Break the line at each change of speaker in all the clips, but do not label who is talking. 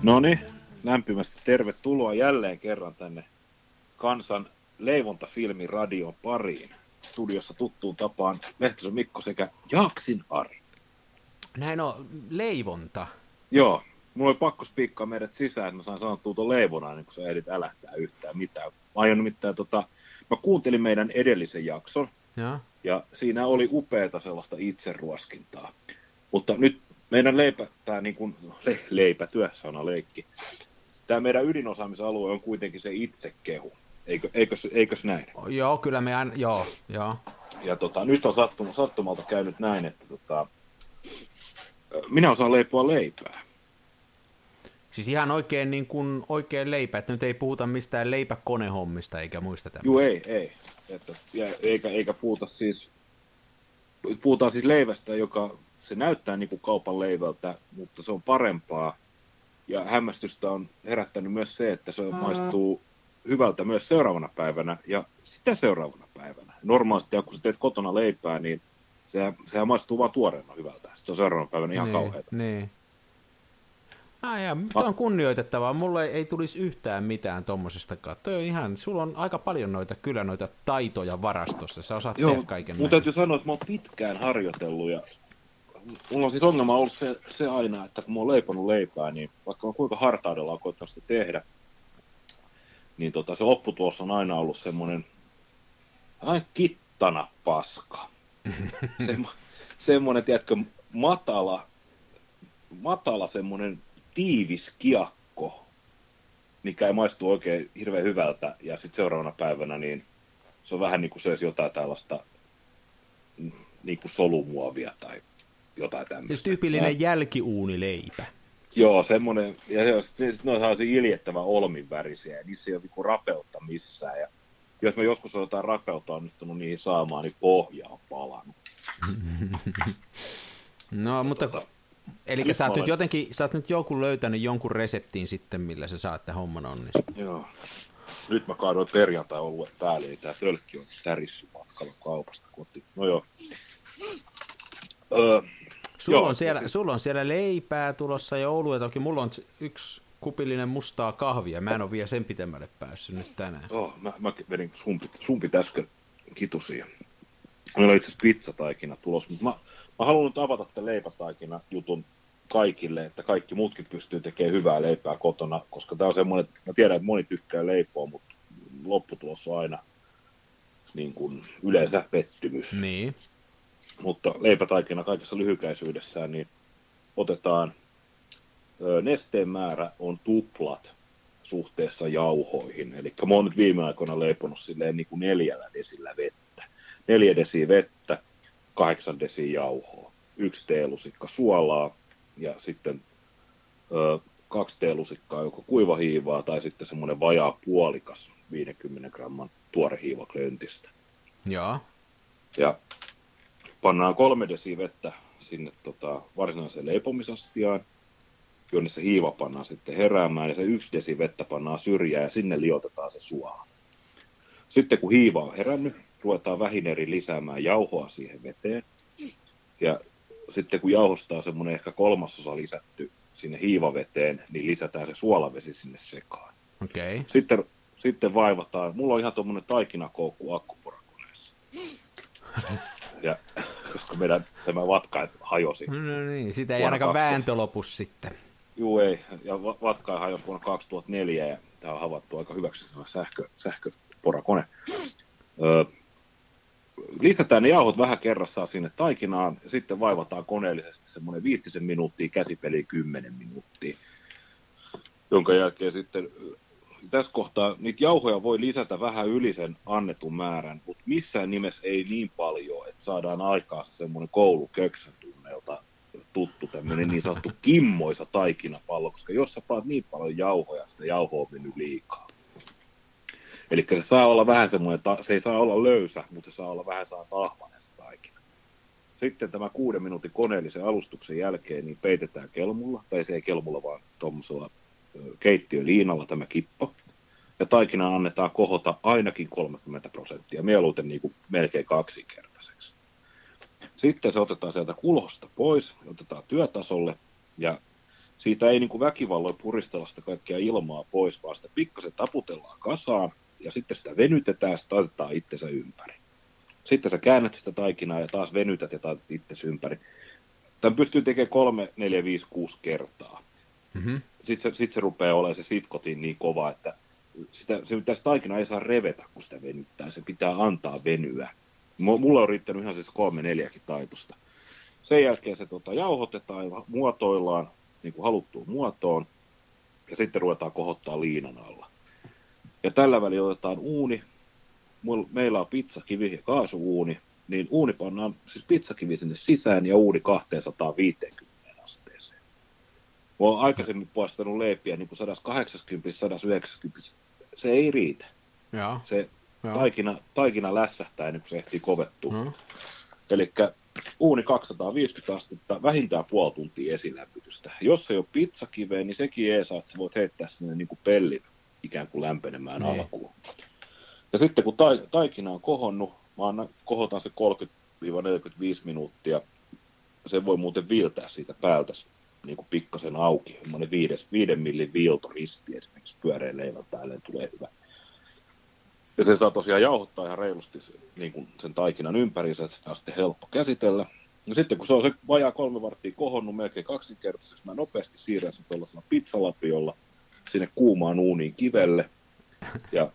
No niin, lämpimästi tervetuloa jälleen kerran tänne Kansan leivontafilmin radion pariin. Studiossa tuttuun tapaan Lehtosen Mikko sekä Jaaksin Ari.
Näin on, leivonta.
Joo, mulla oli pakko spiikkaa meidät sisään, että mä saan sanottua tuon leivonnan, ennen kuin sä ehdit älähtää yhtään mitään. Mä kuuntelin meidän edellisen jakson, ja siinä oli upeata sellaista itseruoskintaa. Mutta nyt meidän leipätyösana-leikki. Tämä meidän ydinosaamisalue on kuitenkin se itsekehu. Eikös näin?
Joo, kyllä me aina, joo.
Ja nyt on sattumalta käynyt näin, että minä osaan leipoa leipää.
Siis ihan oikein, niin kuin, oikein leipä, että nyt ei puhuta mistään leipäkonehommista eikä muista tämmöistä.
Joo, ei. Eikä puhutaan siis leivästä, joka se näyttää niin kuin kaupan leivältä, mutta se on parempaa. Ja hämmästystä on herättänyt myös se, että se maistuu hyvältä myös seuraavana päivänä ja sitä seuraavana päivänä. Normaalisti, kun sä teet kotona leipää, niin sehän maistuu vaan tuoreena hyvältä. Sitten se on seuraavana päivänä ihan kauheata.
Niin. Tuo on kunnioitettavaa. Mulle ei tulisi yhtään mitään tommosestakaan. Toi on ihan, sulla on aika paljon noita taitoja varastossa. Sä osaat tehdä kaiken.
Mun täytyy sanoa, että mä oon pitkään harjoitellut ja mulla on siis ongelma ollut se aina, että kun mä oon leiponut leipää, niin vaikka mä kuinka hartaudella on koittanut sitä tehdä, niin se lopputulos on aina ollut semmoinen kittana paska. Semmoinen, tiedätkö, matala semmoinen tiivis kiakko, mikä ei maistu oikein hirveän hyvältä, ja sitten seuraavana päivänä niin se on vähän niin kuin söisi jotain tällaista niin kuin solumuovia tai jotain tämmöistä.
Siis tyypillinen jälkiuunileipä.
Joo, semmoinen, ja sitten ne on sellaisia iljettävän olmin värisiä, ja niissä ei ole niinku rapeutta missään, ja jos mä joskus on jotain rapeutta onnistunut niihin saamaan, niin pohja on palannut.
No, mutta eli sä oot nyt joku löytänyt jonkun reseptin sitten, millä sä saat tämän homman onnistua.
Joo. Nyt mä kaadoin perjantai-oluet päälle, niin tää tölkki on tärissy matkalla kaupasta kotiin. No joo.
Sulla on siellä leipää tulossa ja oluet toki. Mulla on yksi kupillinen mustaa kahvia. Mä en ole vielä sen pitemmälle päässyt nyt tänään.
Mä vedin sumpit äsken kitusia. Meillä on itse asiassa pizzataikina tulossa, mutta mä haluan nyt avata tämän leipätaikina jutun kaikille, että kaikki muutkin pystyy tekemään hyvää leipää kotona, koska tää on semmoinen, mä tiedän, että moni tykkää leipoa, mutta lopputulos on aina niin kuin yleensä pettymys.
Niin.
Mutta leipätaikina kaikessa lyhykäisyydessään, niin otetaan nesteen määrä on tuplat suhteessa jauhoihin. Eli mä oon nyt viime aikoina leiponut silleen niin kuin 4 desillä vettä. 4 desiä vettä, 8 desiä jauhoa, 1 teelusikka suolaa ja sitten 2 teelusikkaa joko kuivahiivaa tai sitten semmoinen vajaa puolikas 50 gramman tuorehiivaklöntistä.
Joo.
Ja pannaan 3 desiä vettä sinne varsinaiseen leipomisastiaan, jonne se hiiva pannaan sitten heräämään, ja se 1 desi vettä pannaan syrjään, ja sinne liotetaan se suola. Sitten kun hiiva on herännyt, ruvetaan vähin lisäämään jauhoa siihen veteen, ja sitten kun jauhosta on semmoinen ehkä 1/3 lisätty sinne hiivaveteen, niin lisätään se suolavesi sinne sekaan.
Okay.
Sitten vaivataan, mulla on ihan tuommoinen taikinakoukku akkupurakoneessa. Ja koska tämä vatka hajosi.
No niin, sitä ei ainakaan vääntö lopu sitten.
Juu ei, ja vatka hajosi vuonna 2004, ja tämä on havaittu aika hyväksi sähköporakone. Lisätään ne jauhot vähän kerrassaan sinne taikinaan, ja sitten vaivataan koneellisesti semmoinen 5 minuuttia, käsipeli 10 minuuttia, jonka jälkeen sitten tässä kohtaa niitä jauhoja voi lisätä vähän yli sen annetun määrän, mutta missään nimessä ei niin paljon, että saadaan aikaan semmoinen kouluköksän tunnelta tuttu tämmöinen niin sanottu kimmoisa taikinapallo, koska jos sä paat niin paljon jauhoja, sitä jauhoa on mennyt liikaa. Eli se saa olla vähän semmoinen, se ei saa olla löysä, mutta se saa olla vähän tahmainen se taikina. Sitten tämä 6 minuutin koneellisen alustuksen jälkeen niin peitetään kelmulla, tai se ei kelmulla vaan tuommoisella keittiöliinalla tämä kippo, ja taikina annetaan kohota ainakin 30%, mieluiten niin kuin melkein 2-kertaiseksi. Sitten se otetaan sieltä kulhosta pois, otetaan työtasolle, ja siitä ei niin kuin väkivalloin puristella sitä kaikkea ilmaa pois, vaan sitä pikkasen taputellaan kasaan, ja sitten sitä venytetään, ja sitä taitetaan itsensä ympäri. Sitten sä käännät sitä taikinaa, ja taas venytät ja taitat itsesi ympäri. Tämän pystyy tekemään 3, 4, 5, 6 kertaa.
Mm-hmm.
Sitten se rupeaa olemaan se sitkotin niin kova, että sitä taikina ei saa revetä, kun sitä venyttää. Se pitää antaa venyä. Mulla on riittänyt ihan siis 3-4 taitosta. Sen jälkeen se jauhotetaan ja muotoillaan niin kuin haluttuun muotoon. Ja sitten ruvetaan kohottaa liinan alla. Ja tällä välillä otetaan uuni. Meillä on pizzakivi ja kaasuuuni. Niin uuni pannaan siis pizzakivi sinne sisään ja uuni 250 asteeseen. Mä oon aikaisemmin paistanut leipiä niin kuin 180, 190. Se ei riitä.
Ja.
Se taikina lässähtää ennen kuin se ehtii kovettua. Eli uuni 250 astetta, vähintään puoli tuntia esilämpötystä. Jos ei ole pizzakiveä, niin sekin ei saa, että sä voit heittää sinne niin kuin pellin ikään kuin lämpenemään alkuun. Ja sitten kun taikina on kohonnut, kohotan se 30-45 minuuttia. Sen voi muuten viiltää siitä päältä niin kuin pikkasen auki. Semmoinen 5 millin viilto risti esimerkiksi pyöreän leivän päälle tulee hyvä. Ja sen saa tosiaan jauhottaa ihan reilusti niin kuin sen taikinan ympäriinsä, että sitä on sitten helppo käsitellä. Ja sitten kun se on se vajaa 3 varttia kohonnut melkein kaksinkertaiseksi, mä nopeasti siirrän sen tuollaisella pizzalapiolla sinne kuumaan uuniin kivelle. Ja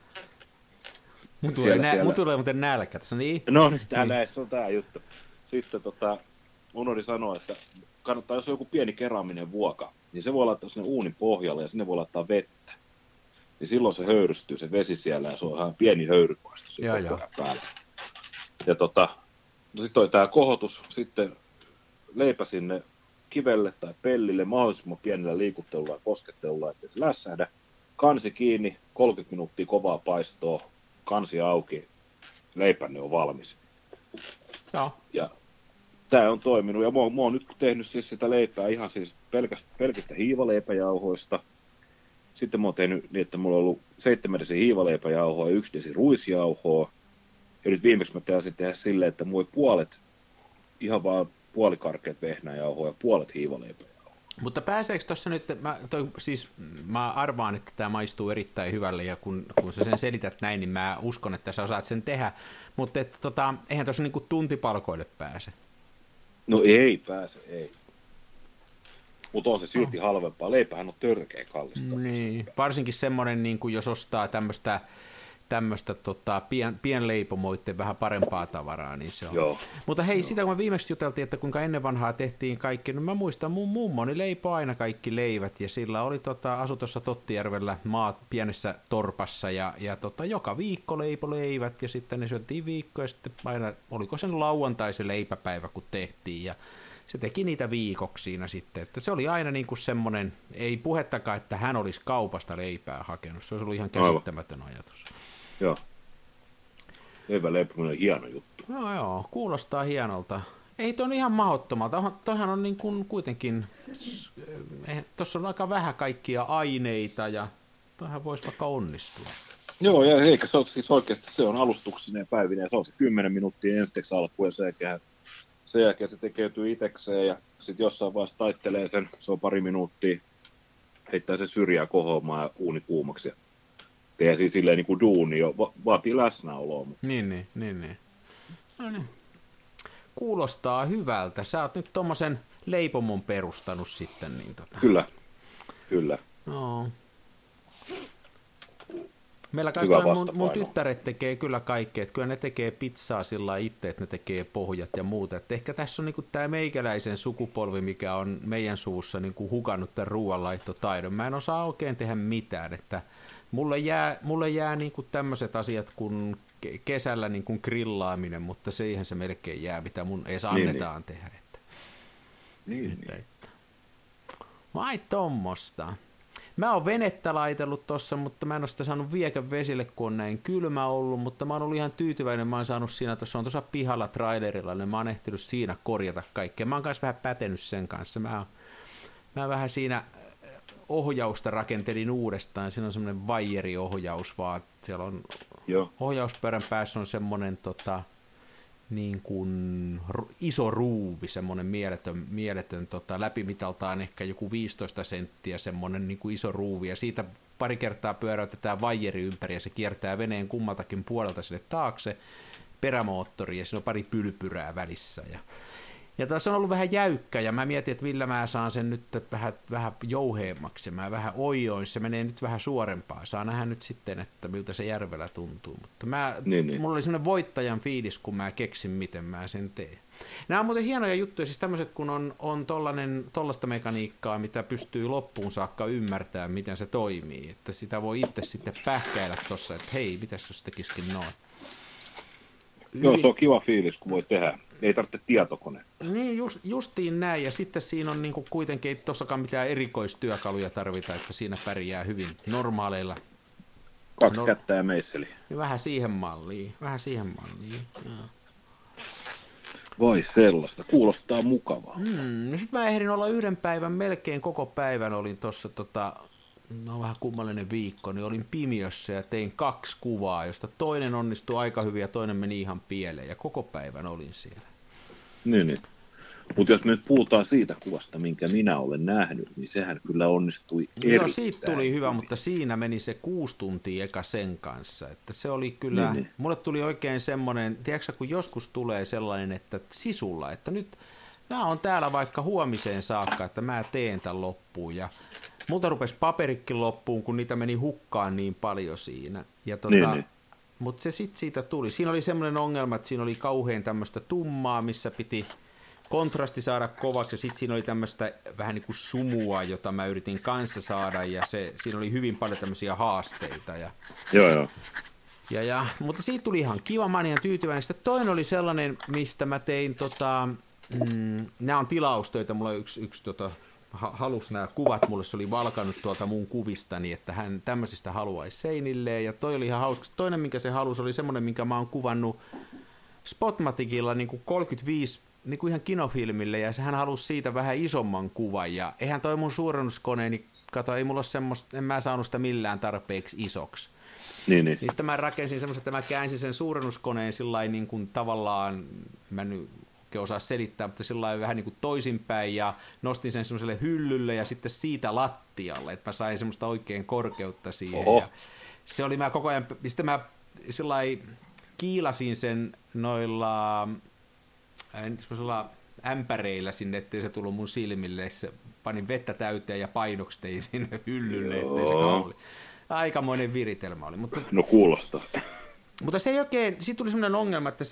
mun tulee muuten nälkä tässä, niin?
No nyt se on tää juttu. Sitten unohdin sanoa, että kannattaa, jos on joku pieni keraaminen vuoka, niin se voi laittaa sinne uunin pohjalle ja sinne voi laittaa vettä. Niin silloin se höyrystyy, se vesi siellä, ja se on ihan pieni höyrypaisto siinä koko ajan päällä. Ja no sitten on tää kohotus, sitten leipä sinne kivelle tai pellille mahdollisimman pienellä liikuttelulla ja koskettelulla, ettei se lässähdä. Kansi kiinni, 30 minuuttia kovaa paistoa, kansi auki, leipänne on valmis.
Joo.
Ja tämä on toiminut, ja mä oon nyt tehnyt siis sitä leipää ihan siis pelkistä hiivaleipäjauhoista. Sitten mä oon tehnyt niin, että mulla on ollut 7 desi hiivaleipäjauhoa ja 1 desi ruisjauhoa. Ja nyt viimeksi mä taisin tehdä silleen, että mulla puolet, ihan vaan puolikarkeat vehnäjauhoa ja puolet hiivaleipäjauhoa.
Mutta pääseekö tuossa nyt, mä arvaan, että tämä maistuu erittäin hyvälle, ja kun sä sen selität näin, niin mä uskon, että sä osaat sen tehdä. Mutta eihän tuossa niinku tuntipalkoille pääse.
No ei pääse, ei. Mutta on se silti halvempaa. Leipähän on törkeä kallista.
Niin, varsinkin semmoinen, niin kuin jos ostaa tämmöistä pienleipomoitten vähän parempaa tavaraa, niin se on.
Joo.
Mutta hei, sitä kun me viimeksi juteltiin, että kuinka ennen vanhaa tehtiin kaikki, niin mä muistan, mun mummoni leipoi aina kaikki leivät, ja sillä oli asu tuossa Tottijärvellä pienessä torpassa, ja joka viikko leipo leivät, ja sitten ne syötiin viikko, ja sitten aina, oliko sen lauantai se leipäpäivä, kun tehtiin, ja se teki niitä viikoksi siinä sitten, että se oli aina niin kuin semmoinen, ei puhettakaan, että hän olisi kaupasta leipää hakenut, se olisi ollut ihan käsittämätön ajatus.
Joo. Leivän leipominen on hieno juttu.
Joo, kuulostaa hienolta. Ei tuo on ihan mahdottomalta. Toihan on niin kuin kuitenkin, tuossa on aika vähän kaikkia aineita ja toihan voisi vaikka onnistua.
Joo, ja eikä se ole siis oikeasti, se on alustuksinen päivinä ja se on se 10 minuuttia ensiksi alkuun ja sen jälkeen se tekeytyy itsekseen ja sitten jossain vaiheessa taittelee sen, se on 2 minuuttia, heittää sen syrjää kohoamaan ja uuni kuumaksi ja tehdään siis silleen niin kuin duuni jo, vaatii läsnäoloa. Mutta...
Niin. No niin. Kuulostaa hyvältä. Sä oot nyt tommosen leipomon perustanut sitten. Niin
Kyllä.
No. Meillä kai mun tyttäret tekee kyllä kaikkea, että kyllä ne tekee pizzaa sillä itse, että ne tekee pohjat ja muuta. Että ehkä tässä on niinku tämä meikäläisen sukupolvi, mikä on meidän suussa niinku hukannut tämän ruoanlaittotaidon. Mä en osaa oikein tehdä mitään, että mulle jää niinku tämmöiset asiat kuin kesällä niinku grillaaminen, mutta siihen se melkein jää, mitä mun edes annetaan tehdä. Että.
Niin.
Vai tommosta. Mä oon venettä laitellut tossa, mutta mä en oo sitä saanut viekään vesille, kun on näin kylmä ollut, mutta mä oon ollut ihan tyytyväinen. Mä oon saanut siinä, tuossa pihalla trailerilla, niin mä oon ehtinyt siinä korjata kaikkea. Mä oon kanssa vähän pätenyt sen kanssa. Mä vähän siinä ohjausta rakentelin uudestaan. Siinä on semmoinen vaijeriohjaus, vaan siellä on ohjauspöydän päässä on semmoinen niin kuin iso ruuvi, semmoinen mieletön läpimitaltaan ehkä joku 15 senttiä semmoinen niin kuin iso ruuvi, ja siitä pari kertaa pyöräytetään vaijeri ympäri, ja se kiertää veneen kummaltakin puolelta sinne taakse perämoottori, ja siinä on pari pylpyrää välissä, ja taas on ollut vähän jäykkä, ja mä mietin, että millä mä saan sen nyt vähän jouheemmaksi, mä vähän oioin, se menee nyt vähän suorempaa, saa nähdä nyt sitten, että miltä se järvellä tuntuu, mutta mulla oli semmoinen voittajan fiilis, kun mä keksin, miten mä sen teen. Nämä on muuten hienoja juttuja, siis tämmöiset, kun on tollaista mekaniikkaa, mitä pystyy loppuun saakka ymmärtämään, miten se toimii, että sitä voi itse sitten pähkäillä tossa, että hei, mitäs jos tekisikin noin.
Joo, se on kiva fiilis, kun voi tehdä. Ei tarvitse tietokonetta.
Niin, justiin näin. Ja sitten siinä on niinku kuitenkin, ei tossakaan mitään erikoistyökaluja tarvita, että siinä pärjää hyvin normaaleilla.
2 kättä ja meisseli.
Vähän siihen malliin. Joo.
Voi sellaista, kuulostaa mukavaa.
Sitten mä ehdin olla yhden päivän, melkein koko päivän olin tuossa, vähän kummallinen viikko, niin olin pimiössä ja tein 2 kuvaa, josta toinen onnistui aika hyvin ja toinen meni ihan pieleen, ja koko päivän olin siellä.
Niin. Mutta jos me nyt puhutaan siitä kuvasta, minkä minä olen nähnyt, niin sehän kyllä onnistui erittäin.
Joo, siitä tuli hyvä, mutta siinä meni se 6 tuntia eka sen kanssa. Että se oli kyllä, mulle tuli oikein semmoinen, tiedätkö kun joskus tulee sellainen, että sisulla, että nyt mä oon täällä vaikka huomiseen saakka, että mä teen tämän loppuun. Ja multa rupesi paperikin loppuun, kun niitä meni hukkaan niin paljon siinä. Ja mutta se sitten siitä tuli. Siinä oli semmoinen ongelma, että siinä oli kauhean tämmöistä tummaa, missä piti kontrasti saada kovaksi, ja sitten siinä oli tämmöistä vähän niin kuin sumua, jota mä yritin kanssa saada, ja siinä oli hyvin paljon tämmöisiä haasteita.
Joo.
Mutta siitä tuli ihan kiva, mä olin ihan tyytyväinen. Sitten toinen oli sellainen, mistä mä tein, nämä on tilaustöitä, mulla yksi halusi nämä kuvat, mulle se oli valkannut tuolta mun kuvistani, että hän tämmöisistä haluaisi seinilleen, ja toi oli ihan hauska. Toinen, minkä se halusi, oli semmoinen, minkä mä oon kuvannut Spotmaticilla niin kuin 35 niin kuin ihan kinofilmille, ja hän halusi siitä vähän isomman kuvan, ja eihän toi mun suurennuskoneeni, kato, ei mulla ole semmoista, en mä saanut sitä millään tarpeeksi isoksi.
Niin.
Niistä mä rakensin semmoista, että mä käänsin sen suurennuskoneen sillain niin kuin tavallaan, mä nyt oikein osaa selittää, mutta sillain vähän niin kuin toisinpäin, ja nostin sen semmoiselle hyllylle, ja sitten siitä lattialle, että mä sain semmoista oikein korkeutta siihen. Ja se oli mä koko ajan, sitten mä sillain kiilasin sen noilla semmoisella ämpäreillä sinne, ettei se tullut mun silmille. Se panin vettä täyteen ja painoksi tein sinne hyllylle, ettei se kauli. Aikamoinen viritelmä oli. Mutta,
no kuulostaa.
Mutta se ei oikein, siitä tuli semmoinen ongelma, että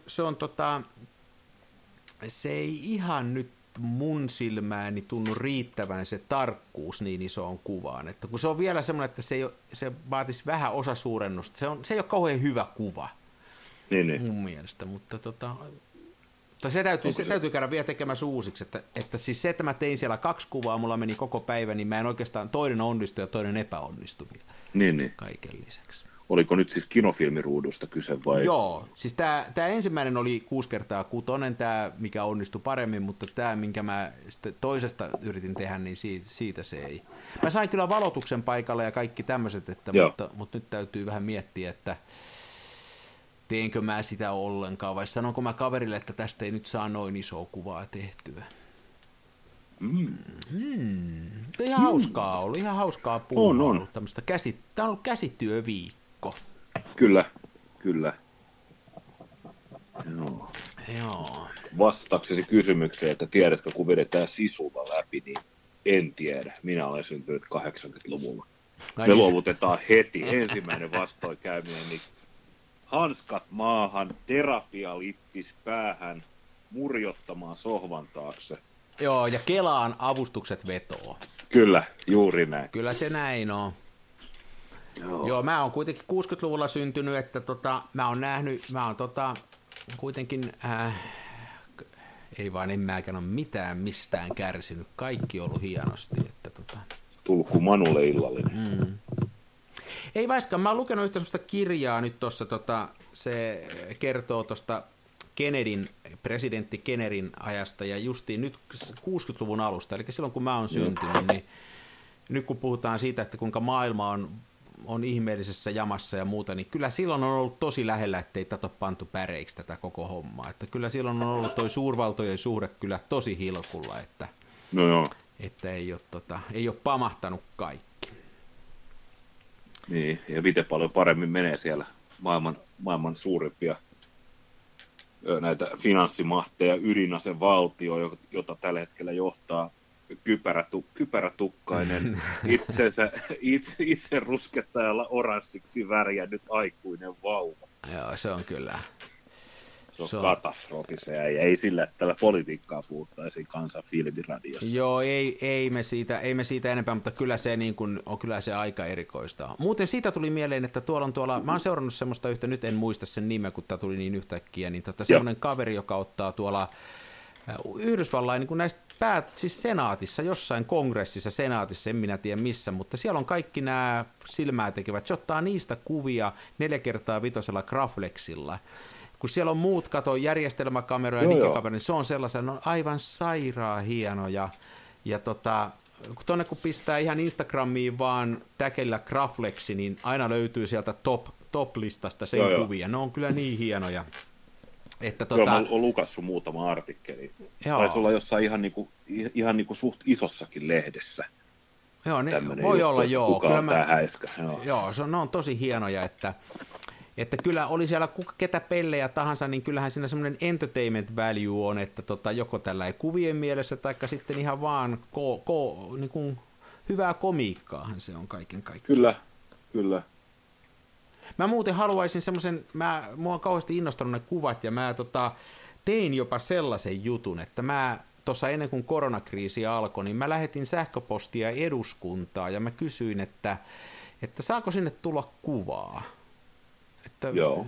se ei ihan nyt mun silmääni tunnu riittävän se tarkkuus niin isoon kuvaan. Että kun se on vielä semmoinen, että se vaatisi vähän osasuurennusta. Se ei ole kauhean hyvä kuva.
Niin.
Mun mielestä, mutta se täytyy käydä vielä tekemässä uusiksi, että siis se, että mä tein siellä 2 kuvaa, mulla meni koko päivä, niin mä en oikeastaan, toinen onnistu ja toinen epäonnistu vielä.
Niin.
Kaiken lisäksi.
Oliko nyt siis kinofilmiruudusta kyse vai?
Joo, siis tää ensimmäinen oli 6x6, tää mikä onnistui paremmin, mutta tää minkä mä toisesta yritin tehdä, niin siitä se ei. Mä sain kyllä valotuksen paikalle ja kaikki tämmöiset, mutta nyt täytyy vähän miettiä, että teenkö mä sitä ollenkaan, vai sanonko mä kaverille, että tästä ei nyt saa noin isoa kuvaa tehtyä. Ihan hauskaa ollut, ihan hauskaa puhua.
On.
Tämä on ollut käsityöviikko.
Kyllä.
Joo.
Vastaaksesi kysymykseen, että tiedätkö, kun vedetään sisulla läpi, niin en tiedä. Minä olen syntynyt 80-luvulla. Me luovutetaan heti ensimmäinen vastoinkäyminen, niin hanskat maahan, terapialippis päähän, murjottamaan sohvan taakse.
Joo, ja Kelaan avustukset vetoo.
Kyllä, juuri näin.
Kyllä se näin on. Joo, mä oon kuitenkin 60-luvulla syntynyt, että mä oon kuitenkin, ei vaan en mäkään ole mitään mistään kärsinyt. Kaikki on ollut hienosti. Että
tullut kuin Manulle illallinen.
Ei vaiskaan, mä oon lukenut yhtä sellaista kirjaa nyt tuossa, se kertoo tuosta presidentti Kennedyn ajasta ja justiin nyt 60-luvun alusta, eli silloin kun mä oon syntynyt, niin nyt kun puhutaan siitä, että kuinka maailma on on ihmeellisessä jamassa ja muuta, niin kyllä silloin on ollut tosi lähellä, ettei tätä ole pantu päreiksi tätä koko hommaa. Että kyllä silloin on ollut toi suurvaltojen suhde kyllä tosi hilkulla, että,
No joo.
että ei ole pamahtanut kaikki.
Niin, ja miten paljon paremmin menee siellä maailman suurimpia näitä finanssimahteja, ydinasevaltio, jota tällä hetkellä johtaa kypärätukkainen, itse ruskettajalla oranssiksi värjännyt aikuinen vauva.
Joo, se on kyllä.
Se on katastrofi se, ja ei sillä, että tällä politiikkaa puhuttaisiin Kansan filmiradiossa.
Joo, ei me siitä enempää, mutta kyllä se, niin kun, on kyllä se aika erikoista. Muuten siitä tuli mieleen, että mä oon seurannut semmoista yhtä, nyt en muista sen nimeä, kun tämä tuli niin yhtäkkiä, niin semmoinen kaveri, joka ottaa tuolla Yhdysvallain niin näistä siis senaatissa, jossain kongressissa, senaatissa, en minä tiedä missä, mutta siellä on kaikki nämä silmää tekevät, se ottaa niistä kuvia 4x5 graflexilla. Kun siellä on muut, järjestelmäkameroja ja digikameroja, niin se on sellaisen, on aivan sairaan hieno. Ja kun pistää ihan Instagramiin vaan täkellä graflexi, niin aina löytyy sieltä top-listasta sen kuvia. Ne on kyllä niin hienoja. Että
mä oon lukassut muutama artikkeli. Taisi olla jossain ihan niinku suht isossakin lehdessä.
Joo, ne voi olla, joo.
Kuka on tää häiskä.
Joo, ne on tosi hienoja, että kyllä oli siellä ketä pellejä tahansa, niin kyllähän siinä semmoinen entertainment value on, että joko tällä kuvien mielessä, tai sitten ihan vaan niin kuin hyvää komiikkaahan se on kaiken kaikkiaan.
Kyllä.
Mä muuten haluaisin semmoisen, mua on kauheasti innostanut ne kuvat, ja mä tein jopa sellaisen jutun, että mä tuossa ennen kuin koronakriisi alkoi, niin mä lähetin sähköpostia eduskuntaan, ja mä kysyin, että saako sinne tulla kuvaa.
Joo.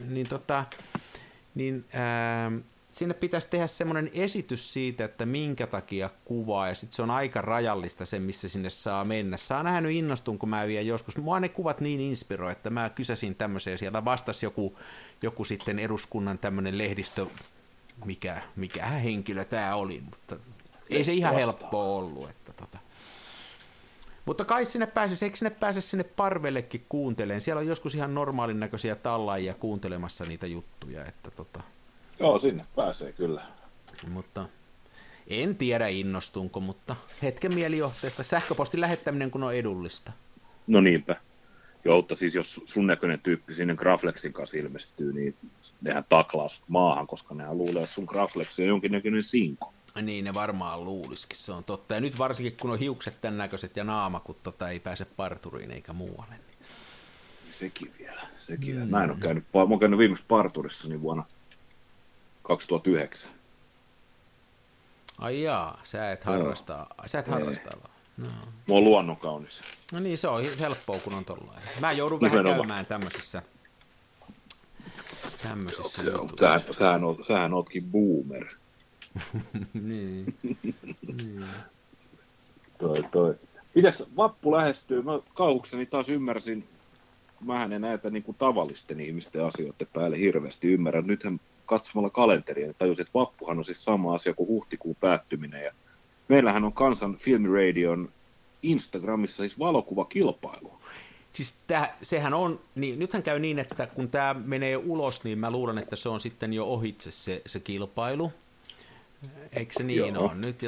Sinne pitäisi tehdä semmoinen esitys siitä, että minkä takia kuvaa, ja sitten se on aika rajallista se, missä sinne saa mennä. Saa nähdä nyt innostun, kun mä vielä joskus. Mua ne kuvat niin inspiroi, että mä kysäsin tämmöisen, ja siellä vastasi joku sitten eduskunnan tämmöinen lehdistö, mikä henkilö tämä oli, mutta ei se ihan helppoa ollut. Mutta kai sinne pääsisi, eikö sinne pääse sinne parvellekin kuuntelemaan? Siellä on joskus ihan normaalin näköisiä tallaajia kuuntelemassa niitä juttuja.
Joo, sinne pääsee kyllä.
Mutta en tiedä innostunko, mutta hetken mielijohteesta sähköpostin lähettäminen kun on edullista.
No niinpä. Joo, mutta siis jos sun näköinen tyyppi sinne Graflexin kanssa ilmestyy, niin nehän taklaus maahan, koska nehän luulee, että sun Graflexi on jonkinnäköinen sinko.
Niin, ne varmaan luulisikin, se on totta. Ja nyt varsinkin, kun on hiukset tämän näköiset ja naama, kun ei pääse parturiin eikä muualle. Niin.
Sekin vielä. Mä oon käynyt viimeksi parturissa niin vuonna 2009.
Ai jaa, sä et harrastaa vaan. No.
Mä oon luonnonkaunis.
No niin, se on helppoa, kun on tollainen. Mä joudun vähän käymään tämmöisissä jutuissa.
Sähän ootkin boomer.
niin.
Toi. Mites vappu lähestyy? Mä kauhukseni taas ymmärsin, mähän en näitä niin kuin tavallisten ihmisten asioiden päälle hirveästi ymmärrän. Nythän katsomalla kalenteria, niin tajusin, että vappuhan on siis sama asia kuin huhtikuun päättyminen. Ja meillähän on Kansan Filmiradion Instagramissa siis valokuvakilpailu.
Siis sehän on, niin nythän käy niin, että kun tämä menee ulos, niin mä luulen, että se on sitten jo ohitse se kilpailu. Eikö se niin ole nyt? Ja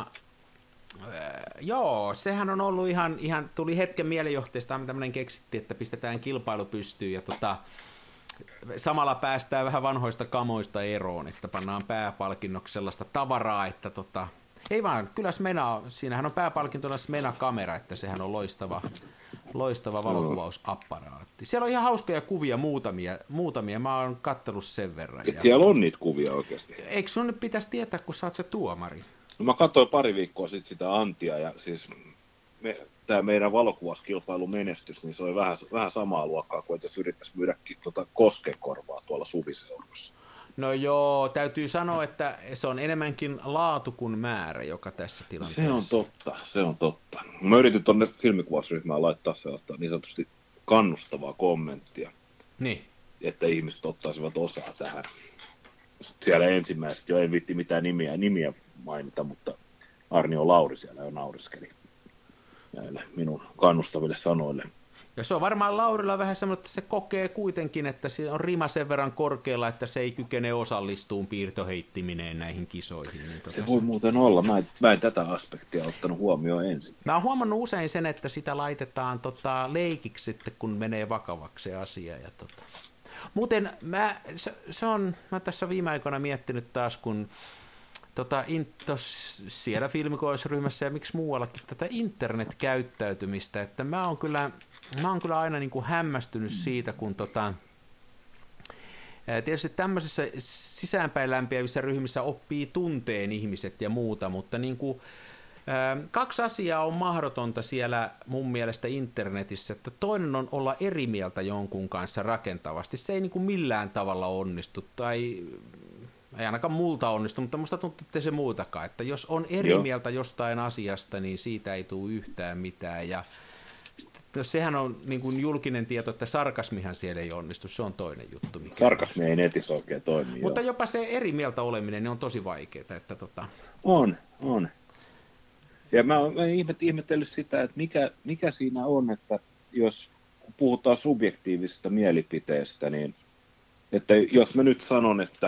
joo, sehän on ollut ihan tuli hetken mielijohteesta, tämmöinen keksittiin, että pistetään kilpailu pystyyn ja samalla päästään vähän vanhoista kamoista eroon, että pannaan pääpalkinnoksi sellaista tavaraa, että ei vaan, kyllä siinähän on pääpalkintona Smena-kamera, että sehän on loistava valokuvausapparaatti. Siellä on ihan hauskoja kuvia muutamia. Mä oon kattellut sen verran.
Siellä on niitä kuvia oikeasti.
Eikö sun nyt pitäisi tietää, kun sä oot se tuomari?
No mä katsoin pari viikkoa sitten sitä Antia, ja siis tämä meidän valokuvauskilpailun menestys, niin se oli vähän samaa luokkaa kuin jos yrittäisi myydäkin koskenkorvaa tuolla Suviseurassa.
No joo, täytyy sanoa, että se on enemmänkin laatu kuin määrä, joka tässä tilanteessa.
Se on totta. Mä yritin tuonne filmikuvausryhmään laittaa sellaista niin sanotusti kannustavaa kommenttia,
niin,
että ihmiset ottaisivat osaa tähän. Siellä ensimmäiset jo en viitti mitään nimiä mainita, mutta Arnio Lauri siellä jo nauriskeli näille minun kannustaville sanoille.
Ja se on varmaan Laurilla vähän semmoinen, että se kokee kuitenkin, että se on rima sen verran korkealla, että se ei kykene osallistumaan piirtoheittimineen näihin kisoihin. Niin
se voi muuten olla. Mä en tätä aspektia ottanut huomioon ensin.
Mä oon huomannut usein sen, että sitä laitetaan leikiksi sitten, kun menee vakavaksi se asia. Ja Muuten mä tässä viime aikoina miettinyt taas, kun siellä filmikoisryhmässä ja miksi muuallakin tätä internetkäyttäytymistä, että mä oon kyllä aina niin kuin hämmästynyt siitä, kun tietysti tämmöisissä sisäänpäin lämpiävissä ryhmissä oppii tunteen ihmiset ja muuta, mutta niin kuin, kaksi asiaa on mahdotonta siellä mun mielestä internetissä, että toinen on olla eri mieltä jonkun kanssa rakentavasti. Se ei niin kuin millään tavalla onnistu, tai ei ainakaan multa onnistu, mutta musta tuntuu, että se muutakaan. Että jos on eri mieltä jostain asiasta, niin siitä ei tule yhtään mitään. Ja sehän on niin kuin julkinen tieto, että sarkasmihan siellä ei onnistu, se on toinen juttu.
Sarkasmi ei netissä oikein toimi.
Mutta jopa se eri mieltä oleminen, ne on tosi vaikeaa. Että
On. Ja mä oon ihmetellyt sitä, että mikä siinä on, että jos puhutaan subjektiivisesta mielipiteestä, niin että jos mä nyt sanon, että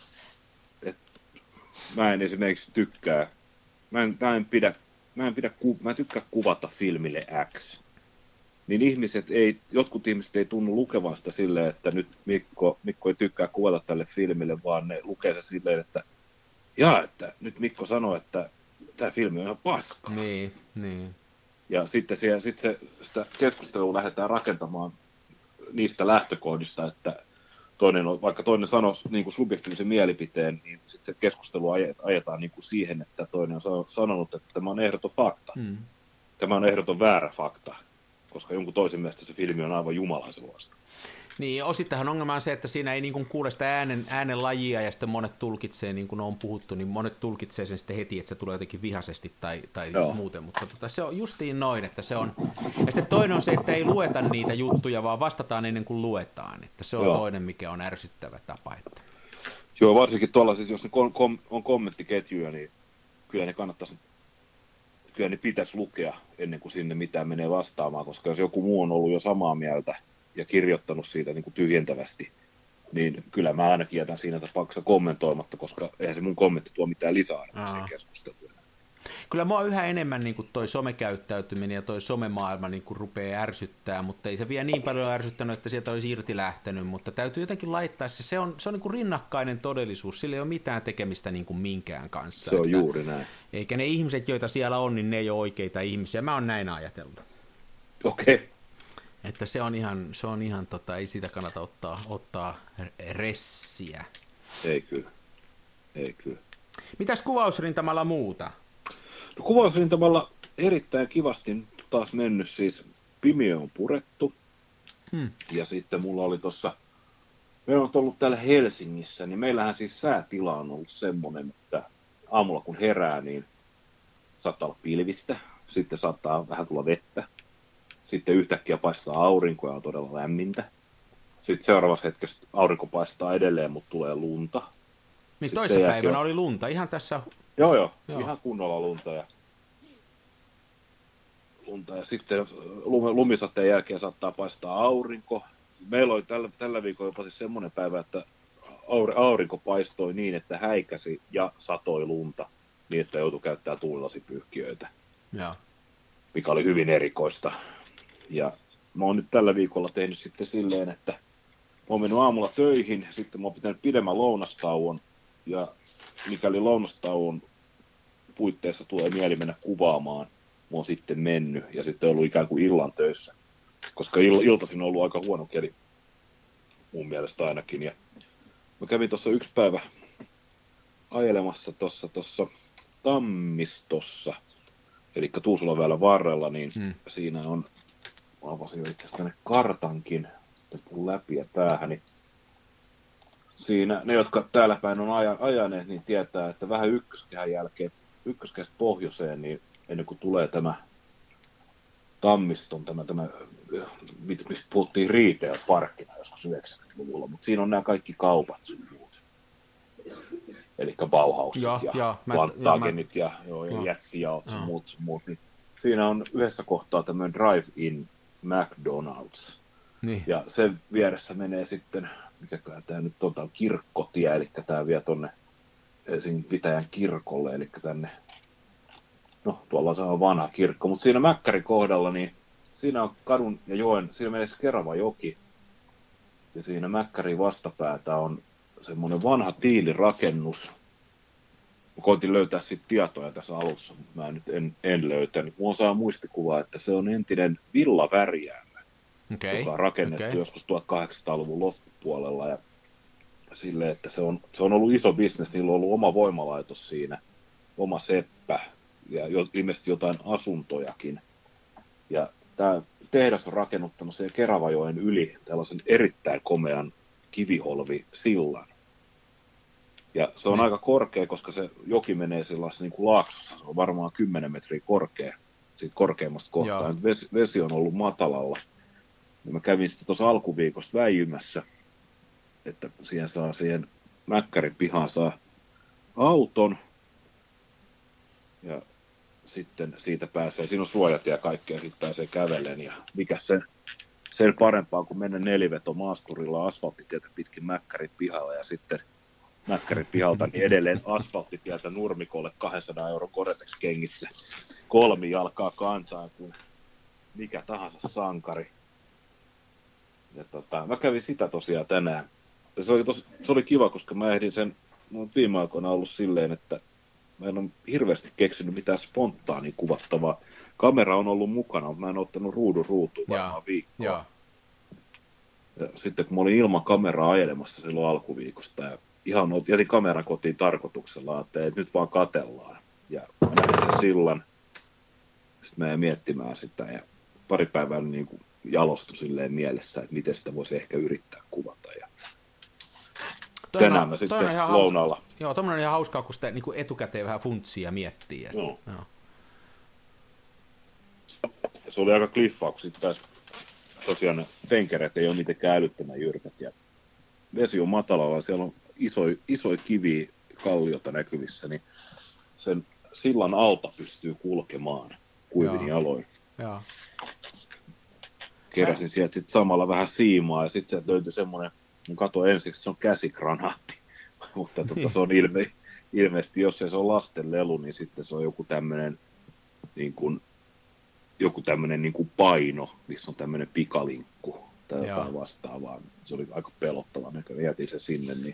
mä en esimerkiksi tykkää, mä tykkään kuvata filmille X, niin jotkut ihmiset ei tunnu lukevan sitä silleen, että nyt Mikko ei tykkää kuvata tälle filmille, vaan ne lukee se silleen, että että nyt Mikko sanoo, että tämä filmi on ihan paska.
Niin.
Ja sitten sitä keskustelua lähdetään rakentamaan niistä lähtökohdista, että vaikka toinen sanoo niin kuin subjektiivisen mielipiteen, niin sitten se keskustelu ajetaan niin kuin siihen, että toinen on sanonut, että tämä on ehdoton fakta. Tämä on ehdoton väärä fakta, koska jonkun toisen mielestä se filmi on aivan jumalaisen luosta. Niin,
osittainhan ongelma on se, että siinä ei niin kuin kuule sitä äänen lajia ja sitten monet tulkitsee, niin kuin on puhuttu, niin monet tulkitsee sen sitten heti, että se tulee jotenkin vihaisesti tai muuten, mutta se on justiin noin, että se on, ja sitten toinen on se, että ei lueta niitä juttuja, vaan vastataan ennen kuin luetaan, että se on toinen, mikä on ärsyttävä tapa. Että.
Joo, varsinkin tuolla siis, jos ne on kommenttiketjuja, niin kyllä ne pitäisi lukea ennen kuin sinne mitään menee vastaamaan, koska jos joku muu on ollut jo samaa mieltä ja kirjoittanut siitä niin kuin tyhjentävästi, niin kyllä mä ainakin jätän siinä tapauksessa kommentoimatta, koska eihän se mun kommentti tuo mitään lisäarvoa siihen keskusteluun.
Kyllä mua yhä enemmän niin kuin toi somekäyttäytyminen ja toi somemaailma niin kuin rupeaa ärsyttää, mutta ei se vielä niin paljon ärsyttänyt, että sieltä olisi irti lähtenyt, mutta täytyy jotenkin laittaa se on niin kuin rinnakkainen todellisuus, sillä ei ole mitään tekemistä niin kuin minkään kanssa.
Se on juuri näin.
Eikä ne ihmiset, joita siellä on, niin ne ei ole oikeita ihmisiä. Mä oon näin ajatellut.
Okei. Okay.
Että se on ihan ei siitä kannata ottaa ressiä.
Ei kyllä.
Mitäs kuvausrintamalla muuta?
No, kuvausrintamalla erittäin kivasti taas mennyt, siis pimiö on purettu. Ja sitten mulla oli meillä on ollut täällä Helsingissä, niin meillähän siis säätila on ollut semmoinen, että aamulla kun herää, niin saattaa olla pilvistä, sitten saattaa vähän tulla vettä. Sitten yhtäkkiä paistaa aurinko ja on todella lämmintä. Sitten seuraavassa hetkessä aurinko paistaa edelleen, mutta tulee lunta.
Niin toissapäivänä oli lunta, ihan tässä.
Joo, ihan kunnolla lunta. Ja sitten lumisateen jälkeen saattaa paistaa aurinko. Meillä oli tällä viikolla jopa siis semmoinen päivä, että aurinko paistoi niin, että häikäsi ja satoi lunta niin, että joutui käyttämään tuulilasipyyhkiöitä.
Ja.
Mikä oli hyvin erikoista. Ja mä oon nyt tällä viikolla tehnyt sitten silleen, että mä oon mennyt aamulla töihin, sitten mä oon pitänyt pidemmän lounastauon, ja mikäli lounastauon puitteissa tulee mieli mennä kuvaamaan, mä oon sitten mennyt, ja sitten ollut ikään kuin illan töissä, koska iltaisin on ollut aika huono keli, mun mielestä ainakin, ja mä kävin tuossa yksi päivä ajelemassa tuossa Tammistossa, eli Tuusulanväylän varrella, niin siinä on, mä avasin jo itse asiassa tänne kartankin, läpi ja päähän, niin siinä ne, jotka täällä päin on ajaneet, niin tietää, että vähän ykköskehän jälkeen, ykköskehästä pohjoiseen, niin ennen kuin tulee tämä Tammiston, mistä puhuttiin retail-parkkina joskus 90-luvulla, mutta siinä on nämä kaikki kaupat sun muut. Eli Bauhausit ja Plantagenit ja jättijaot ja muut. Niin siinä on yhdessä kohtaa tämmöinen drive-in McDonald's.
Niin.
Ja sen vieressä menee sitten, mikäköhän tämä nyt on, kirkkotie, eli tämä vie tonne Helsingin pitäjän kirkolle, eli tänne, no tuolla se on vanha kirkko, mutta siinä Mäkkärin kohdalla, niin siinä on kadun ja joen, siinä menee se Keravajoki, ja siinä Mäkkärin vastapäätä on semmoinen vanha tiilirakennus. Mä koitin löytää siitä tietoja tässä alussa, mutta mä nyt en löytänyt. Mulla saa muistikuva, että se on entinen villavärjäämä, joka on rakennettu joskus 1800-luvun loppupuolella. Ja sille, että se on ollut iso bisnes, niillä on ollut oma voimalaitos siinä, oma seppä ja ilmeisesti jotain asuntojakin. Ja tämä tehdas on rakennuttanut sen Keravajoen yli tällaisen erittäin komean kiviholvisillan. Ja se on aika korkea, koska se joki menee sellaisessa niin kuin laaksossa. Se on varmaan 10 metriä korkea siitä korkeimmasta kohtaa. Vesi on ollut matalalla. Ja mä kävin sitten tuossa alkuviikosta väijymässä, että siihen Mäkkärin pihaan saa auton. Ja sitten siitä pääsee, siinä on suojatie ja kaikkea, ja sitten pääsee kävellen. Ja mikä sen parempaa kuin mennä neliveto-maasturilla asfalttitietä pitkin Mäkkärin pihalla ja sitten Mäkkärin pihalta, niin edelleen asfalttitietä nurmikolle 200 € Gore-Tex-kengissä. 3 jalkaa kansaan kuin mikä tahansa sankari. Ja mä kävin sitä tosiaan tänään. Ja se oli kiva, koska mä ehdin sen, mä oon viime aikoina ollut silleen, että mä en ole hirveästi keksinyt mitään spontaania kuvattavaa. Kamera on ollut mukana, mutta mä en ottanut ruutuun varmaan viikkoa. Ja sitten kun mä olin ilman kameraa ajelemassa silloin alkuviikosta ja ihan jätin kameran kotiin tarkoituksella, että nyt vaan katellaan. Ja näin sen sillan. Sitten mä jäin miettimään sitä ja pari päivää niin kuin jalostui silleen mielessä, että miten sitä voisi ehkä yrittää kuvata. Ja tänään mä sitten lounaalla.
Joo, tommoinen on ihan hauskaa, kun sitä niin kuin etukäteen vähän funtsia ja miettii. Ja
joo. Se oli aika kliffaa, kun sitten taas tosiaan ne penkereet ei ole mitenkään älyttömän jyrkät ja vesi on matalalla, siellä on isoja kiviä kalliota näkyvissä, niin sen sillan alta pystyy kulkemaan kuivin jaloin. Keräsin sieltä sitten samalla vähän siimaa ja sitten sieltä löytyi semmoinen, kun katsoin ensiksi, että se on käsikranaatti, mutta se on ilmeisesti, jos se on lasten lelu, niin sitten se on joku tämmöinen niin kuin paino, missä on tämmöinen pikalinkku tai jotain vastaavaa. Se oli aika pelottava näköinen, jätin se sinne. Niin.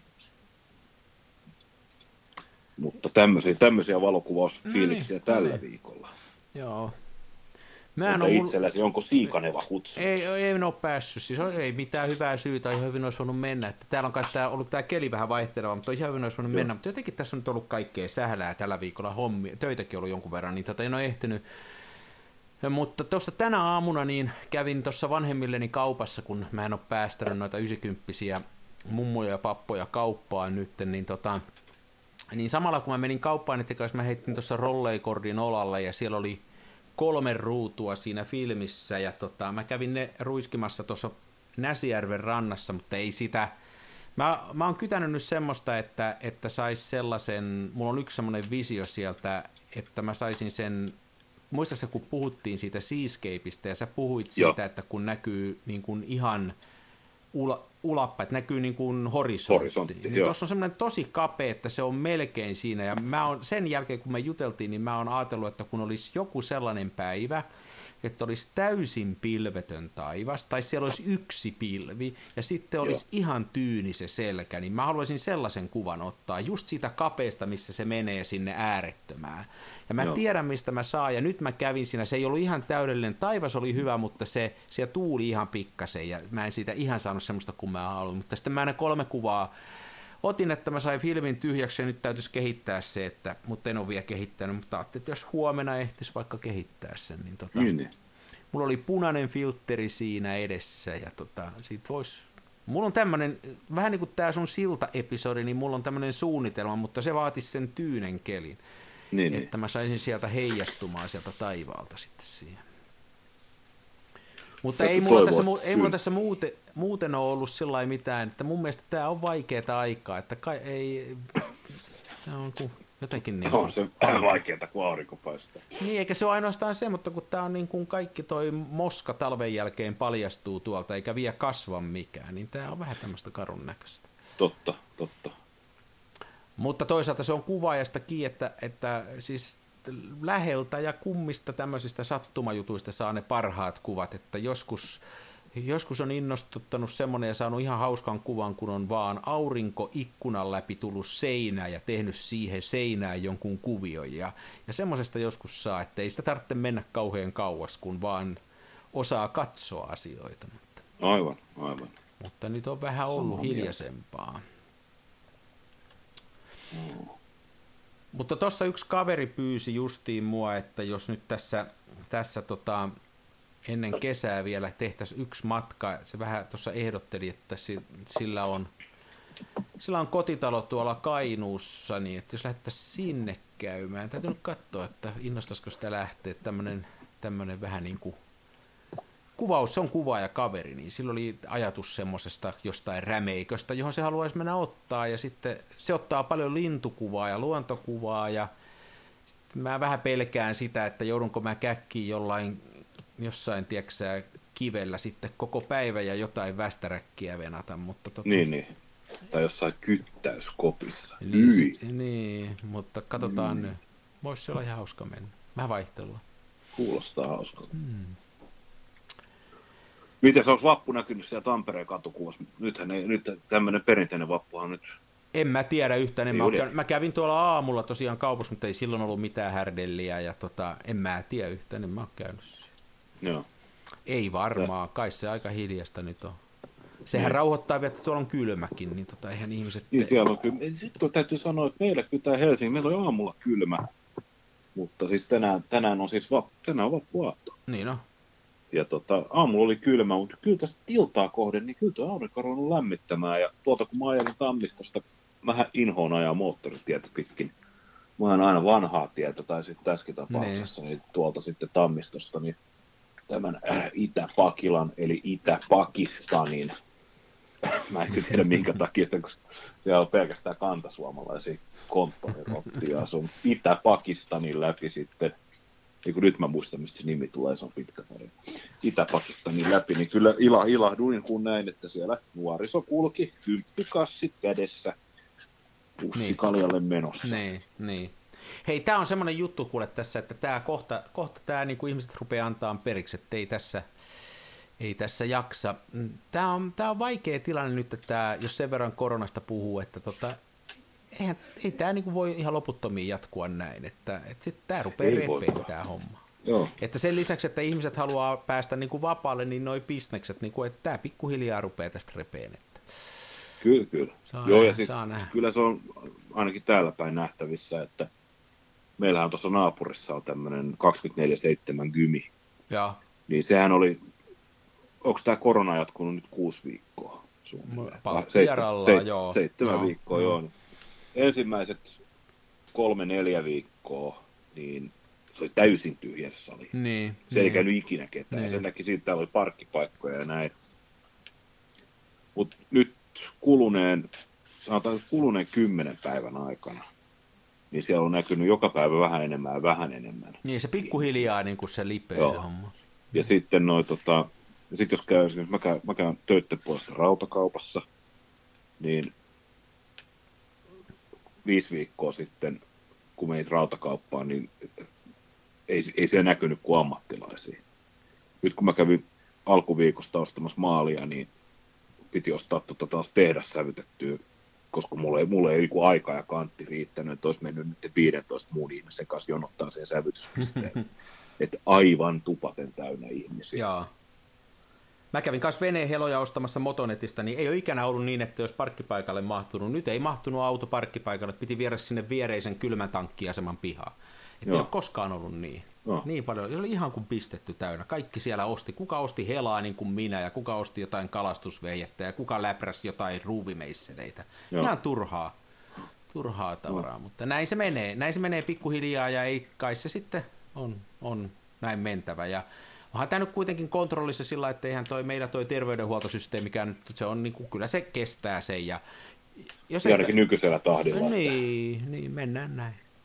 Mutta tämmöisiä valokuvausfiiliksiä tällä viikolla.
Joo.
Mutta itselläsi onko Siikaneeva kutsu?
Ei ole päässyt, siis ei mitään hyvää syytä, ihan hyvin olisi voinut mennä. Että täällä on ollut tämä keli vähän vaihteleva, mutta ihan hyvin olisi voinut mennä. Mutta jotenkin tässä on nyt ollut kaikkea sählää tällä viikolla, töitäkin ollut jonkun verran, niin en ole ehtinyt. Mutta tuossa tänä aamuna niin kävin tuossa vanhemmilleni kaupassa, kun mä en ole päästänyt noita 90-vuotiaita mummoja ja pappoja kauppaan nyt, niin samalla kun mä menin kauppaan, niin mä heitin tuossa rolleikordin olalle ja siellä oli 3 ruutua siinä filmissä ja mä kävin ne ruiskimassa tuossa Näsijärven rannassa, mutta ei sitä. Mä oon kytänyt nyt semmoista, että sais sellaisen, mulla on yksi semmoinen visio sieltä, että mä saisin sen. Muistatko, kun puhuttiin siitä seascapeista ja sä puhuit siitä, että kun näkyy niin kuin ihan ulappa, että näkyy niin kuin horisontti. Niin tuossa on semmoinen tosi kapea, että se on melkein siinä. Ja sen jälkeen, kun me juteltiin, niin mä oon ajatellut, että kun olisi joku sellainen päivä, että olisi täysin pilvetön taivas, tai siellä olisi yksi pilvi, ja sitten olisi ihan tyyni se selkä, niin mä haluaisin sellaisen kuvan ottaa, just siitä kapeasta, missä se menee sinne äärettömään. Ja mä tiedän, mistä mä saan, ja nyt mä kävin siinä, se ei ollut ihan täydellinen, taivas oli hyvä, mutta siellä tuuli ihan pikkasen, ja mä en siitä ihan saanut semmoista kuin mä haluan, mutta sitten mä ne 3 kuvaa otin, että mä sain filmin tyhjäksi, ja nyt täytyisi kehittää se, mutta en ole vielä kehittänyt, mutta ajattelin, että jos huomenna ehtisi vaikka kehittää sen, niin mulla oli punainen filtteri siinä edessä, ja siitä voisi. Mulla on tämmönen, vähän niin kuin tää sun silta-episodi, niin mulla on tämmönen suunnitelma, mutta se vaatisi sen tyynen kelin, että mä saisin sieltä heijastumaan sieltä taivaalta sitten siihen. Mutta ei mulla tässä muuten ole ollut sellainen mitään, että mun mielestä tää on vaikeaa aikaa, että ei, Jotenkin niin
On se vaikeaa, kun aurinko paistaa.
Niin, eikä se ole ainoastaan se, mutta kun tää on niin kuin kaikki toi moska talven jälkeen paljastuu tuolta, eikä vielä kasva mikään, niin tää on vähän tämmöistä karun näköistä.
Totta.
Mutta toisaalta se on kuvaajastakin, että siis läheltä ja kummista tämmöisistä sattumajutuista saa ne parhaat kuvat, että joskus on innostuttanut semmoinen ja saanut ihan hauskan kuvan, kun on vaan aurinko ikkunan läpi tullut seinään ja tehnyt siihen seinään jonkun kuvion. Ja semmoisesta joskus saa, että ei sitä tarvitse mennä kauhean kauas, kun vaan osaa katsoa asioita.
Aivan.
Mutta nyt on vähän ollut hiljaisempaa. Mutta tuossa yksi kaveri pyysi justiin mua, että jos nyt tässä ennen kesää vielä tehtäisiin yksi matka, se vähän tuossa ehdotteli, että sillä on kotitalo tuolla Kainuussa, niin että jos lähdettäisiin sinne käymään, täytyy nyt katsoa, että innostaisiko sitä lähteä tämmöinen vähän niin kuin kuvaus, se on kuvaajakaveri, niin sillä oli ajatus semmosesta jostain rämeiköstä, johon se haluaisi mennä ottaa, ja sitten se ottaa paljon lintukuvaa ja luontokuvaa, ja mä vähän pelkään sitä, että joudunko mä käkkiin jossain tiedätkö, kivellä sitten koko päivä ja jotain västäräkkiä venata, mutta
Niin. Tai jossain kyttäyskopissa.
Niin, mutta katsotaan nyt. Voisi se olla ihan hauska mennä. Vähän vaihtelua.
Kuulostaa hauskalta. Miten onko vappu näkynyt siellä Tampereen katukuvassa? Nyt tämmöinen perinteinen vappuhan nyt.
En mä tiedä yhtään. Mä kävin tuolla aamulla tosiaan kaupassa, mutta ei silloin ollut mitään härdelliä. Ja en mä tiedä yhtään, en mä ole käynyt.
Joo.
Ei varmaan, kai se aika hiljasta nyt on. Sehän rauhoittaa vielä, että tuolla on kylmäkin, niin eihän ihmiset...
Niin siellä on kyllä. Sitten täytyy sanoa, että meillä kyllä tää Helsinki, meillä oli aamulla kylmä. Mutta siis tänään on siis tänään on vappuaatto.
Niin on.
Ja aamulla oli kylmä, mutta kyllä tästä iltaa kohden, niin kyllä tuo aurinko on ollut lämmittämään. Ja tuolta kun mä ajan Tammistosta, vähän inhoon ajaa moottoritietä pitkin. Mä ajan aina vanhaa tietä, tai sitten tässäkin tapauksessa, niin tuolta sitten Tammistosta, niin tämän Itä-Pakilan, eli Itä-Pakistanin. Mä en tiedä minkä takia sitä, koska siellä on pelkästään kantasuomalaisia konttorirottia. Se on Itä-Pakistanin läpi sitten. Niin kuin nyt mä muistan, mistä se nimi tulee, se on pitkä tarina. Itä-Pakistanin läpi, niin kyllä ilahduin kun näin, että siellä nuoriso kulki, kymppikassit kädessä, pussikaljalle menossa.
Niin. Hei, tää on semmoinen juttu kuule tässä, että tää kohta tää niin kuin ihmiset rupeaa antaa periksi, että ei tässä jaksa. Tää on vaikea tilanne nyt, että jos sen verran koronasta puhuu, että ei tämä niinku voi ihan loputtomiin jatkua näin, että sitten tämä rupeaa repeä tämä homma.
Joo.
Että sen lisäksi, että ihmiset haluaa päästä niinku vapaalle, niin noi bisnekset, niinku, että tämä pikkuhiljaa rupeaa tästä repeen. Että
Kyllä.
Joo,
ja siis kyllä se on ainakin täällä päin nähtävissä, että meillähän tuossa naapurissa on tämmöinen 24/7 gymi.
Ja.
Niin sehän oli, onko tämä korona jatkunut nyt 6 viikkoa?
Joo.
7 viikkoa, joo. Ensimmäiset 3-4 viikkoa, niin se oli täysin tyhjä se sali.
Niin,
se ei käynyt ikinä ketään.
Niin.
Sen näki siitä, että oli parkkipaikkoja ja näin. Mutta nyt kuluneen 10 päivän aikana, niin siellä on näkynyt joka päivä vähän enemmän.
Niin se pikkuhiljaa niin kuin se lipee se homma.
Ja sitten sit jos mä käyn töitten puolesta rautakaupassa, niin 5 viikkoa sitten, kun menin rautakauppaan, niin ei se näkynyt kuin ammattilaisia. Nyt kun mä kävin alkuviikosta ostamassa maalia, niin piti ostaa taas tehdassävytettyä, koska mulla ei joku aika ja kantti riittänyt, että olisi mennyt nyt 15 muun ihmisen kanssa jonottaa sen sävytyspisteen. Että aivan tupaten täynnä ihmisiä.
Jaa. Mä kävin kanssa veneenheloja ostamassa Motonetista, niin ei ole ikänä ollut niin, että jos parkkipaikalle mahtunut. Nyt ei mahtunut auto parkkipaikalle, piti viedä sinne viereisen kylmän tankkiaseman pihaan. Että ei ole koskaan ollut niin. Niin paljon, se oli ihan kuin pistetty täynnä. Kaikki siellä osti. Kuka osti helaa niin kuin minä, ja kuka osti jotain kalastusveijettä, ja kuka läpräsi jotain ruuvimeisseleitä. Ihan turhaa tavaraa, mutta näin se menee pikkuhiljaa, ja ei kai se sitten on näin mentävä. Ja onhan tämä nyt kuitenkin kontrollissa sillä, että eihän meillä toi terveydenhuoltosysteemikään nyt, se on niin kuin, kyllä se kestää sen. Ja jos
ainakin nykyisellä tahdilla.
Niin, mennään näin.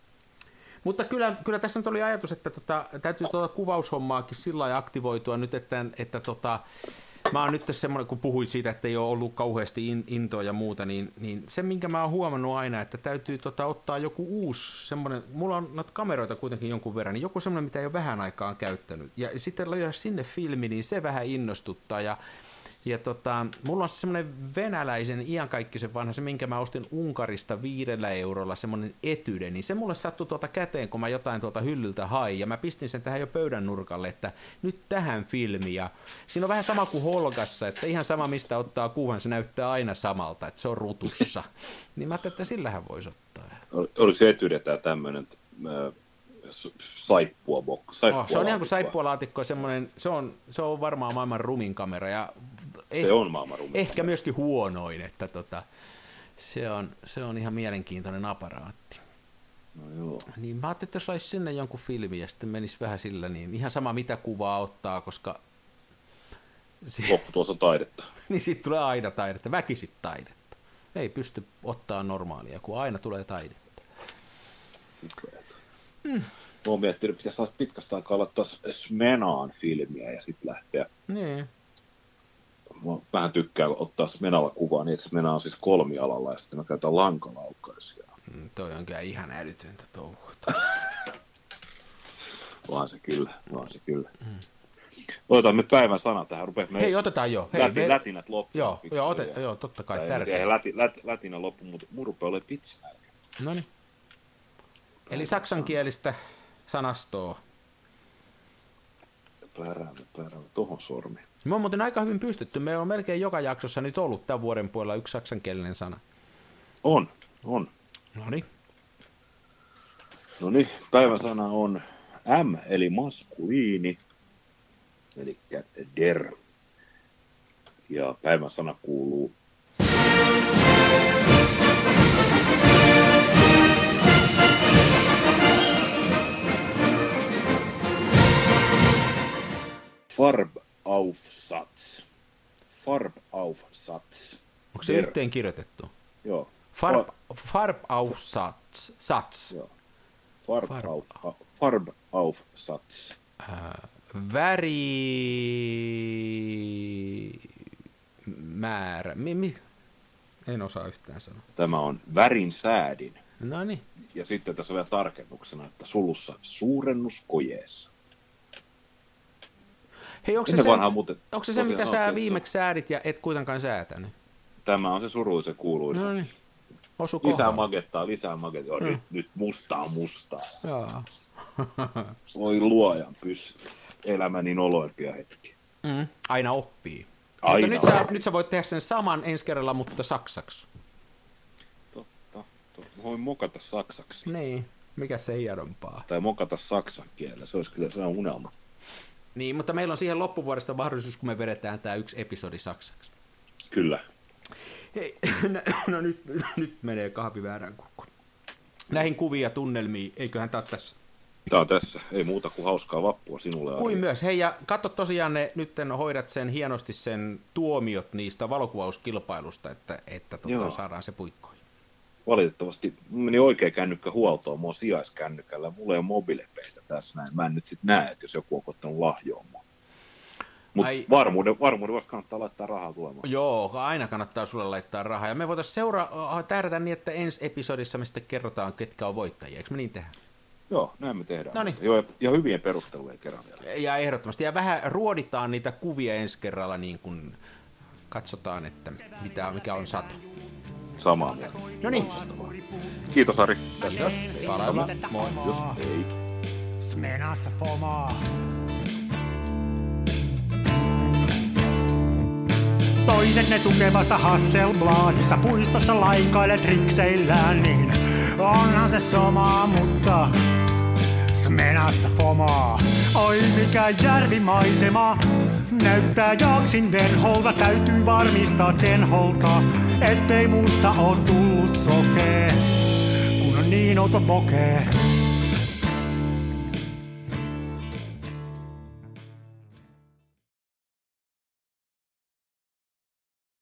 Mutta kyllä tässä nyt oli ajatus, että täytyy kuvaushommaakin sillä lailla aktivoitua nyt, että mä oon nyt semmoinen, kun puhuit siitä, että ei ole ollut kauheasti intoa ja muuta, niin se, minkä mä oon huomannut aina, että täytyy ottaa joku uusi semmoinen, mulla on noita kameroita kuitenkin jonkun verran, niin joku semmoinen, mitä ei ole vähän aikaan käyttänyt. Ja sitten löydä sinne filmi, niin se vähän innostuttaa. Ja mulla on semmoinen venäläisen iankaikkisen vanha, se minkä mä ostin Unkarista 5 eurolla, semmoinen etyde, niin se mulle sattui käteen, kun mä jotain hyllyltä hain, ja mä pistin sen tähän jo pöydän nurkalle, että nyt tähän filmiin, ja siinä on vähän sama kuin Holgassa, että ihan sama mistä ottaa kuvan, se näyttää aina samalta, että se on rutussa, niin mä ajattelin, että sillähän voisi ottaa.
Oliko se etyde tää tämmönen saippua?
Se on ihan kuin saippualaatikko, semmoinen, se on varmaan maailman rumin kamera, ja
se on maailman rumin
ehkä
kamera.
Myöskin huonoin, että se on ihan mielenkiintoinen aparaatti.
No joo.
Niin mä ajattelin, että jos olisi sinne jonkun filmi ja sitten menisi vähän sillä, niin ihan sama mitä kuvaa ottaa, koska
tuossa taidetta.
Niin siitä tulee aina taidetta, väkisit taidetta. Ei pysty ottaa normaalia, kun aina tulee taidetta.
Mä oon miettinyt, että pitäisi pitkästä aikaa laittaa Smenaan filmiä ja sitten lähteä.
Niin.
Mä vähän tykkään ottaa Smenalla kuvaa niin, että Smena on siis kolmialalla ja sitten mä käytän lankalaukaisia.
Toi on kyllä ihan älytöntä touhua.
Vaan se kyllä. Otetaan me päivän sana tähän.
Hei, otetaan jo.
Lätinät loppuun.
Joo, totta kai,
tärkeä. Lätinä loppu, mutta mun rupeaa olemaan pitsinälkä.
Noniin. Eli saksankielistä sanastoa.
Pläräämme tohon sormi.
Me on muuten aika hyvin pystytty. Meillä on melkein joka jaksossa nyt ollut tämän vuoden puolella yksi saksankielinen sana.
On. Noniin, päivän sana on M, eli maskuliini, eli der. Ja päivän sana kuuluu Farbaufsatz.
Onko se yhteen kirjoitettu?
Joo.
Farbaufsatz.
Joo. Farbaufsatz.
Värimäärä. En osaa yhtään sanoa.
Tämä on värin säädin.
Noniin.
Ja sitten tässä on vielä tarkennuksena, että sulussa suurennuskojeessa.
Hei, onko se mitä sä viimeksi säädit ja et kuitenkaan säätänyt?
Tämä on se surullisen kuuluisa.
No niin.
Lisää magettaa. Nyt mustaa.
Joo.
Voi luojan pyssy. Elämäni noloimpia hetkiä.
Aina oppii.
Aina.
Mutta nyt sä voit tehdä sen saman ensi kerralla, mutta saksaksi.
Totta. Voin mokata saksaksi.
Niin, mikä se hienompaa.
Tai mokata saksan kielellä, se on unelma.
Niin, mutta meillä on siihen loppuvuodesta mahdollisuus, kun me vedetään tämä yksi episodi saksaksi.
Kyllä.
Hei, no nyt menee kahvi väärään kurkkuun. Näihin kuvia tunnelmiin, eiköhän tää tässä?
Tää on tässä, ei muuta kuin hauskaa vappua sinulle.
Kuin myös, hei ja katso tosiaan nyt hoidat sen hienosti sen tuomiot niistä valokuvauskilpailusta, että saadaan se puikkoihin.
Valitettavasti meni oikein kännykkä huoltoon, mä oon sijaiskännykällä, mulla ei ole mobiilepeitä tässä näin, mä en nyt sit näe, että jos joku on ottanut lahjoon mua. Mutta varmuuden vasta kannattaa laittaa rahaa tulemaan.
Joo, aina kannattaa sulle laittaa rahaa. Ja me voitaisiin tähdätä niin, että ensi episodissa me sitten kerrotaan, ketkä on voittajia. Eikö me niin tehdä?
Joo, näin me tehdään.
Noniin.
Ja hyvien perustelujen kerran vielä.
Ja ehdottomasti. Ja vähän ruoditaan niitä kuvia ensi kerralla, niin kun katsotaan, että mikä on sato.
Samaa mieltä.
No niin.
Kiitos Ari.
Kiitos. Palailla. Moi.
Hei.
Smenassa fomaa. Toisenne tukevassa Hasselbladissa puistossa laikailet rikseillään, niin onhan se somaa, mutta Smenassa fomaa. Oi mikä järvimaisema, näyttää jaksin venholta, täytyy varmistaa tenholta, ettei musta oo tullut sokee, kun on niin outo pokee.